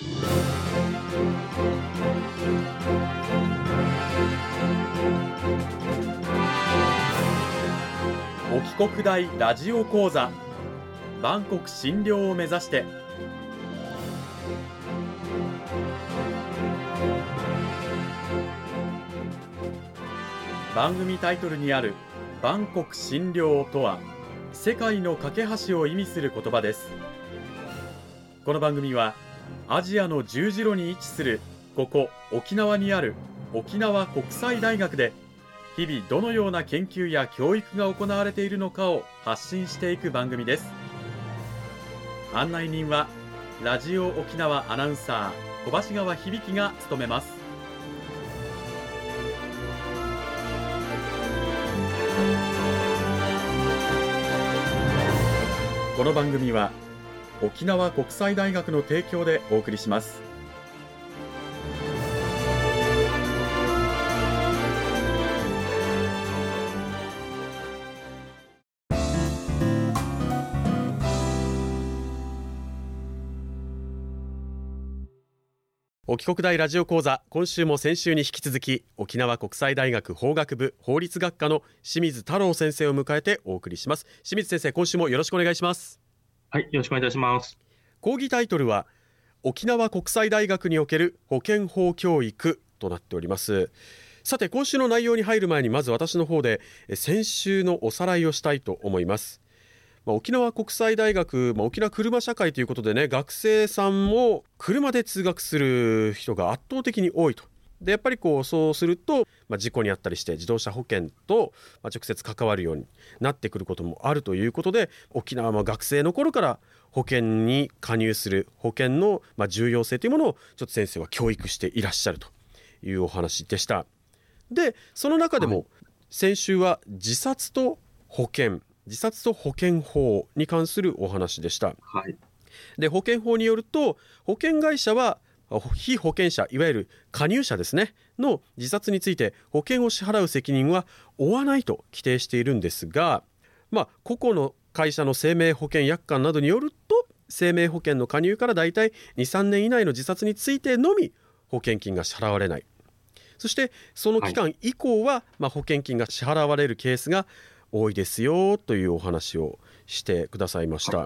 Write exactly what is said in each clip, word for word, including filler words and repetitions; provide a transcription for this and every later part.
沖国大ラジオ講座、万国診療を目指して。番組タイトルにある万国診療とは、世界の架け橋を意味する言葉です。この番組はアジアの十字路に位置するここ沖縄にある沖縄国際大学で、日々どのような研究や教育が行われているのかを発信していく番組です。案内人はラジオ沖縄アナウンサー小橋川響が務めます。この番組は沖縄国際大学の提供でお送りします。沖国大ラジオ講座、今週も先週に引き続き沖縄国際大学法学部法律学科の清水太郎先生を迎えてお送りします。清水先生、今週もよろしくお願いします。 はい、よろしくお願いいたします。 講義タイトルは沖縄国際大学における保健法教育となっております。さて、今週の内容に入る前に、まず私の方で先週のおさらいをしたいと思います。まあ、沖縄国際大学、まあ、沖縄車社会ということでね、学生さんも車で通学する人が圧倒的に多いと。でやっぱりこうそうすると、まあ、事故に遭ったりして自動車保険と、まあ、直接関わるようになってくることもあるということで、沖縄は学生の頃から保険に加入する保険のまあ重要性というものをちょっと先生は教育していらっしゃるというお話でした。でその中でも先週は自殺と保険自殺と保険法に関するお話でした。 はい、 で保険法によると、保険会社は被保険者、いわゆる加入者ですねの自殺について保険を支払う責任は負わないと規定しているんですが、まあ、個々の会社の生命保険約款などによると、生命保険の加入からだいたい にさんねん以内の自殺についてのみ保険金が支払われない。そしてその期間以降は、はいまあ、保険金が支払われるケースが多いですよというお話をしてくださいました。はい、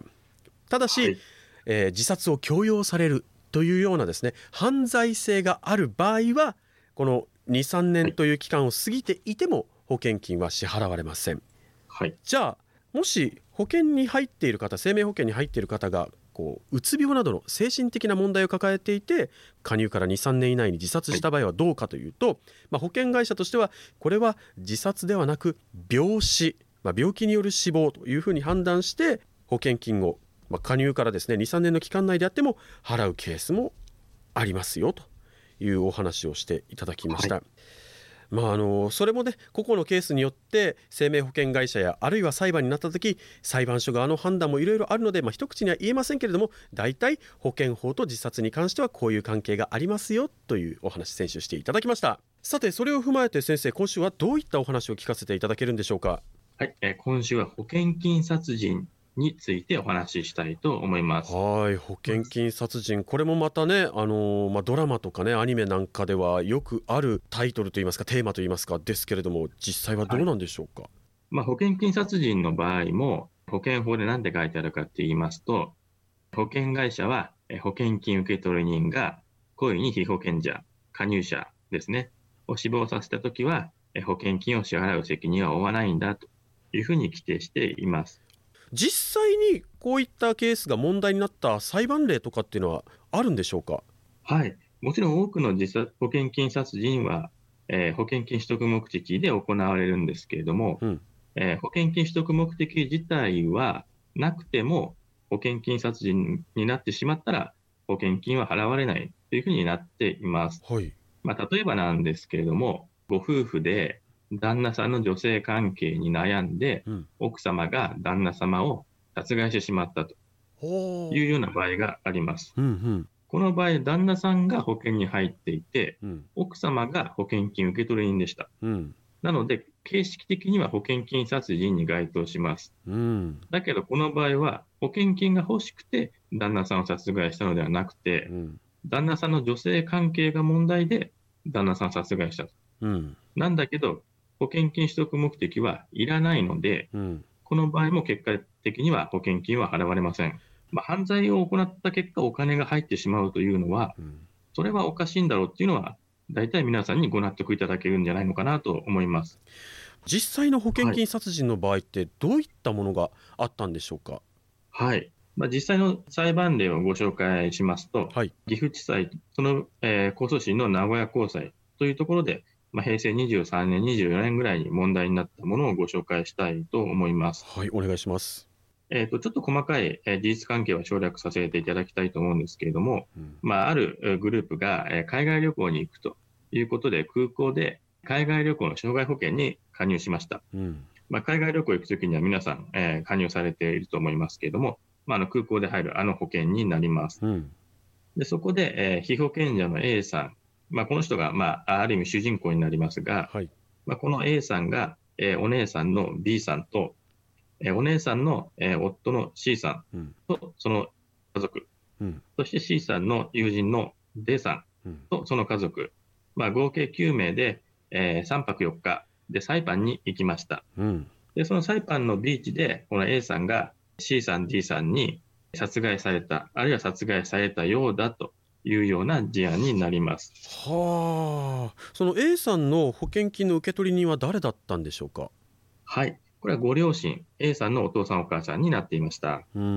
ただし、はいえー、自殺を強要されるというようなですね、犯罪性がある場合は、この にさんねんという期間を過ぎていても保険金は支払われません。はい、じゃあもし保険に入っている方、生命保険に入っている方がこううつ病などの精神的な問題を抱えていて、加入から にさんねん以内に自殺した場合はどうかというと、まあ、保険会社としてはこれは自殺ではなく病死、まあ、病気による死亡というふうに判断して保険金を、まあ、加入からですね にさんねんの期間内であっても払うケースもありますよというお話をしていただきました。はいまあ、あのそれもね、個々のケースによって生命保険会社やあるいは裁判になった時、裁判所側の判断もいろいろあるので、まあ、一口には言えませんけれども、大体保険法と自殺に関してはこういう関係がありますよというお話、先週していただきました。さて、それを踏まえて先生、今週はどういったお話を聞かせていただけるんでしょうか。 はい、えー、今週は保険金殺人についてお話ししたいと思います。 はい、保険金殺人、これもまたね、あのーまあ、ドラマとかねアニメなんかではよくあるタイトルといいますかテーマといいますかですけれども、実際はどうなんでしょうか。はいまあ、保険金殺人の場合も保険法で何て書いてあるかって言いますと、保険会社は保険金受取人が故意に被保険者、加入者ですねを死亡させたときは保険金を支払う責任は負わないんだというふうに規定しています。 実際にこういったケースが問題になった裁判例とかっていうのはあるんでしょうか。 はい、もちろん多くの自殺保険金殺人は、えー、保険金取得目的で行われるんですけれども、うんえー、保険金取得目的自体はなくても保険金殺人になってしまったら保険金は払われないというふうになっています。はいまあ、例えばなんですけれども、ご夫婦で旦那さんの女性関係に悩んで、うん、奥様が旦那様を殺害してしまったというような場合があります。うんうん、この場合、旦那さんが保険に入っていて、うん、奥様が保険金受取人でした。うん、なので、形式的には保険金殺人に該当します。うん、だけど、この場合は保険金が欲しくて旦那さんを殺害したのではなくて、うん、 旦那さんの女性関係が問題で旦那さんを殺害したと。 うん、 なんだけど、保険金取得目的はいらないので、 うん、 この場合も結果的には保険金は払われません。まあ、犯罪を行った結果、お金が入ってしまうというのは、 うん、 それはおかしいんだろうっていうのは、大体皆さんにご納得いただけるんじゃないのかなと思います。 実際の保険はい。 金殺人の場合ってどういったものがあったんでしょうか。 はい。まあ、実際の裁判例をご紹介しますと、 はい。 岐阜地裁、その、えー、控訴審の名古屋高裁というところで、まあ、平成にじゅうさんねん、にじゅうよねんぐらいに問題になったものをご紹介したいと思います。 はい、お願いします。 えーと、ちょっと細かい、えー事実関係は省略させていただきたいと思うんですけれども、 うん、 まあ、あるえーグループが、えー海外旅行に行くということで、空港で海外旅行の障害保険に加入しました。 うん、 まあ、海外旅行行くときには皆さん、えー加入されていると思いますけれども、まあ、あの空港で入るあの保険になります。 うん、 でそこで、えー被保険者の A さん、まあ、この人が、まあ、ある意味主人公になりますが、 はい。 まあ、この A さんが、えーお姉さんの B さんと、えーお姉さんの、えー夫の C さうん、 んとその家族、 うん、 そして C さんの友人の D さんうん、 とその家族、まあ、合計きゅうめいで、えーさんぱくよっかでサイパンに行きました。 うん、 で、そのサイパンのビーチで、この A さんが C さん、D さんに殺害された、あるいは殺害されたようだというような事案になります。 はあ、その A さんの保険金の受取人は誰だったんでしょうか。 はい。これはご両親、A さんのお父さんお母さんになっていました。 うん。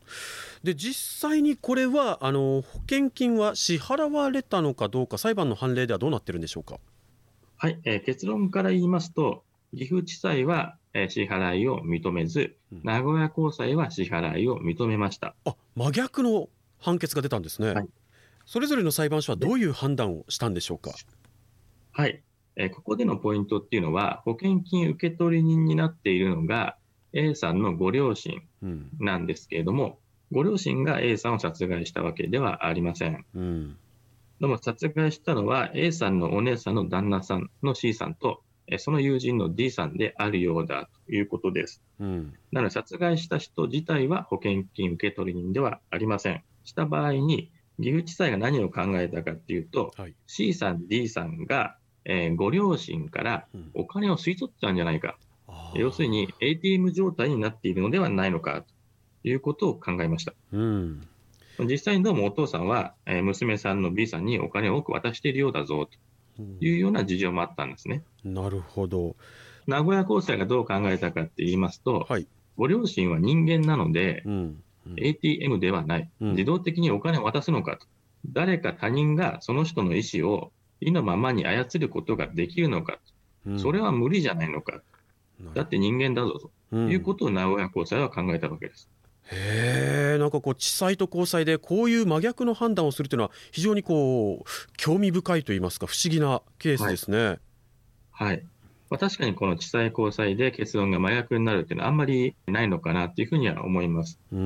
で、実際にこれはあの保険金は支払われたのかどうか、裁判の判例ではどうなってるんでしょうか。 はい。えー結論から言いますと、岐阜地裁は、えー支払いを認めず、 うん、 名古屋高裁は支払いを認めました。 あ、真逆の判決が出たんですね。 はい。 それぞれの裁判所はで、 どういう判断をしたんでしょうか。 はい。えーここでのポイントっていうのは、保険金受取人になっているのが A さんのご両親うん、 なんですけれども、ご両親が A さんを殺害したわけではありません。 うん、 でも殺害したのは A さんのお姉さんの旦那さんの C さんと、えーその友人の D さんであるようだということです。 うん、 なので、殺害した人自体は保険金受取人ではありません。した場合に、岐阜地裁が何を考えたかっていうと、 はい。 C さん、D さんが、えーご両親からうん、 お金を吸い取っちゃうんじゃないか。要するあに エーティーエム 状態になっているのではないのかということを考えました。 ー、うん、 実際にどうもお父さんは、えー娘さんの B さんにお金を多く渡しているようだぞとうん、 いうような事情もあったんですね。 なるほど。 名古屋高裁がどう考えたかって言いますと、 はい。 ご両親は人間なので、 うん、うん、 エーティーエム ではない。 うん、 自動的にお金を渡すのかと。誰か他人がその人の意思を意のままに操ることができるのか。 うん、 それは無理じゃないのか。 なるほだって人間だぞとど。うん、 いうことを名古屋高裁は考えたわけです。 へえ、なんかこう地裁と高裁でこういう真逆の判断をするというのは非常にこう興味深いと言いますか、不思議なケースはい。 ですね。 はい。まあ、確かにこの地裁高裁で結論が真逆になるっていうのはあんまりないのかなというふうには思います。 うん。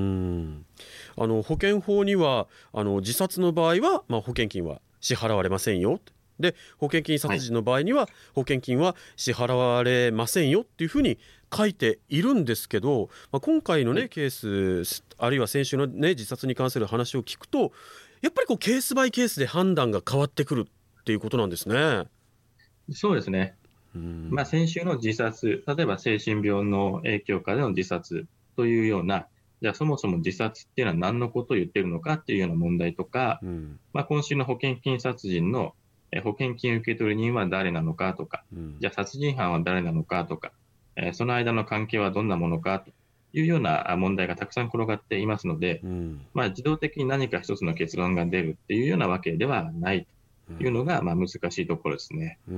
あの保険法にはあの自殺の場合は、まあ、保険金は支払われませんよ。で、保険金殺人の場合には保険金は支払われませんよっていうふうに書いているんですけど、まあ、今回の、ね、 はい。 ケースあるいは先週の、ね、自殺に関する話を聞くとやっぱりこうケースバイケースで判断が変わってくるっていうことなんですね。 そうですね。 うん、 まあ、先週の自殺、例えば精神病の影響下での自殺というような、じゃあそもそも自殺っていうのは何のことを言ってるのかっていうような問題とか、 うん、 まあ、今週の保険金殺人のえー保険金受取人は誰なのかとか、 うん、 じゃあ殺人犯は誰なのかとか、えーその間の関係はどんなものかというようなあ問題がたくさん転がっていますので、 うん、 まあ、自動的に何か一つの結論が出るっていうようなわけではないというのが、まあ、難しいところですね。 うん。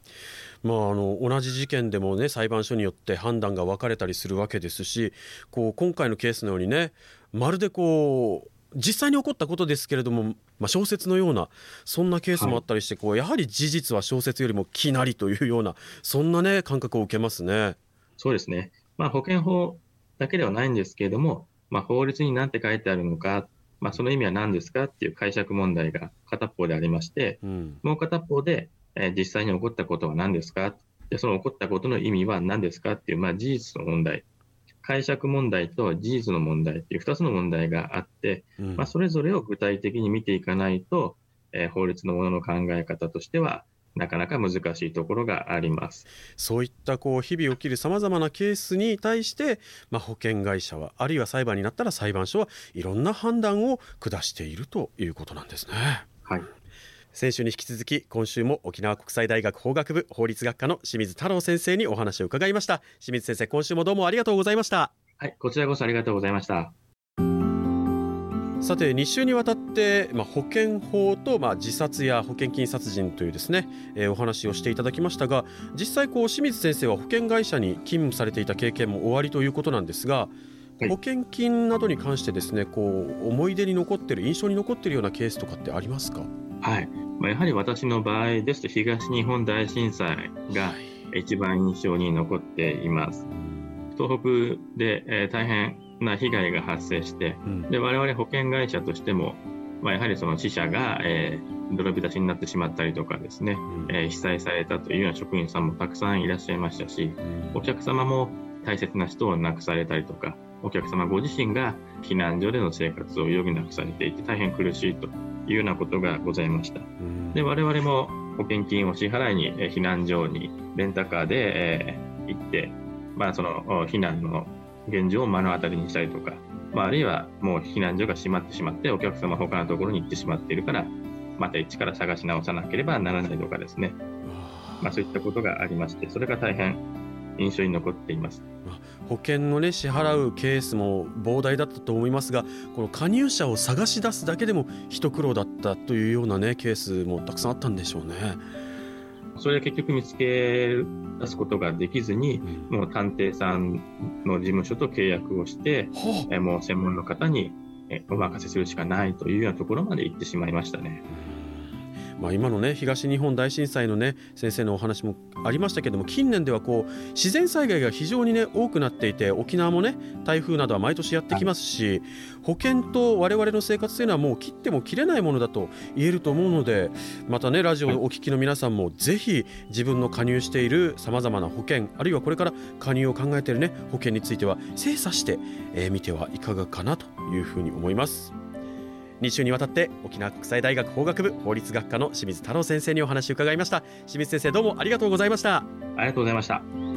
まあ、あの同じ事件でもね裁判所によって判断が分かれたりするわけですし、こう今回のケースのようにねまるでこう実際に起こったことですけれども、まあ、小説のようなそんなケースはい。 もあったりしてこうやはり事実は小説よりも奇なりというようなそんなね感覚を受けますね。 そうですね。まあ、保険法だけではないんですけれども、まあ、法律に何て書いてあるのか、まあ、その意味は何ですかっていう解釈問題が片方でありまして、 うん、 もう片方で、えー実際に起こったことは何ですかで、その起こったことの意味は何ですかっていう、まあ、事実の問題、 解釈問題と事実の問題というふたつの問題があって、うん、まあ、それぞれを具体的に見ていかないと、えー、法律のものの考え方としてはなかなか難しいところがあります。 そういったこう日々起きるさまざまなケースに対して、まあ、保険会社はあるいは裁判になったら裁判所はいろんな判断を下しているということなんですね。 はい、 先週に引き続き今週も沖縄国際大学法学部法律学科の清水太郎先生にお話を伺いました。清水先生、今週もどうもありがとうございました。 はい、こちらこそありがとうございました。 さてに週にわたって、まあ、保険法と、まあ、自殺や保険金殺人というですね、えー、お話をしていただきましたが、実際こう清水先生は保険会社に勤務されていた経験もおありということなんですが、はい、保険金などに関してですね、こう思い出に残っている、印象に残っているようなケースとかってありますか？ はい、まあ、やはり私の場合ですと東日本大震災が一番印象に残っています。東北で、えー、大変な被害が発生して、うん、で我々保険会社としても、まあ、やはりその死者が、えー、泥浸しになってしまったりとかですね、うん、えー、被災されたというような職員さんもたくさんいらっしゃいましたし、うん、お客様も大切な人を亡くされたりとか、お客様ご自身が避難所での生活を余儀なくされていて大変苦しいというようなことがございました。うん、で我々も保険金を支払いに、えー、避難所にレンタカーで、えー、行って、まあ、その避難の現状を目の当たりにしたりとか、まあ、あるいはもう避難所が閉まってしまってお客様他のところに行ってしまっているからまた一から探し直さなければならないとかですね、まあ、そういったことがありまして、それが大変印象に残っています。 保険の、ね、支払うケースも膨大だったと思いますが、この加入者を探し出すだけでも一苦労だったというような、ね、ケースもたくさんあったんでしょうね。 それで結局見つけ出すことができずに、うん、もう探偵さんの事務所と契約をして、はあ、もう専門の方にお任せするしかないというようなところまで行ってしまいましたね。 まあ、今のね東日本大震災のね先生のお話もありましたけども、近年ではこう自然災害が非常にね多くなっていて、沖縄もね台風などは毎年やってきますし、保険と我々の生活というのはもう切っても切れないものだと言えると思うので、またねラジオをお聞きの皆さんもぜひ自分の加入しているさまざまな保険、あるいはこれから加入を考えているね保険については精査してみてはいかがかなというふうに思います。に週にわたって沖縄国際大学法学部法律学科の清水太郎先生にお話を伺いました。清水先生、どうもありがとうございました。 ありがとうございました。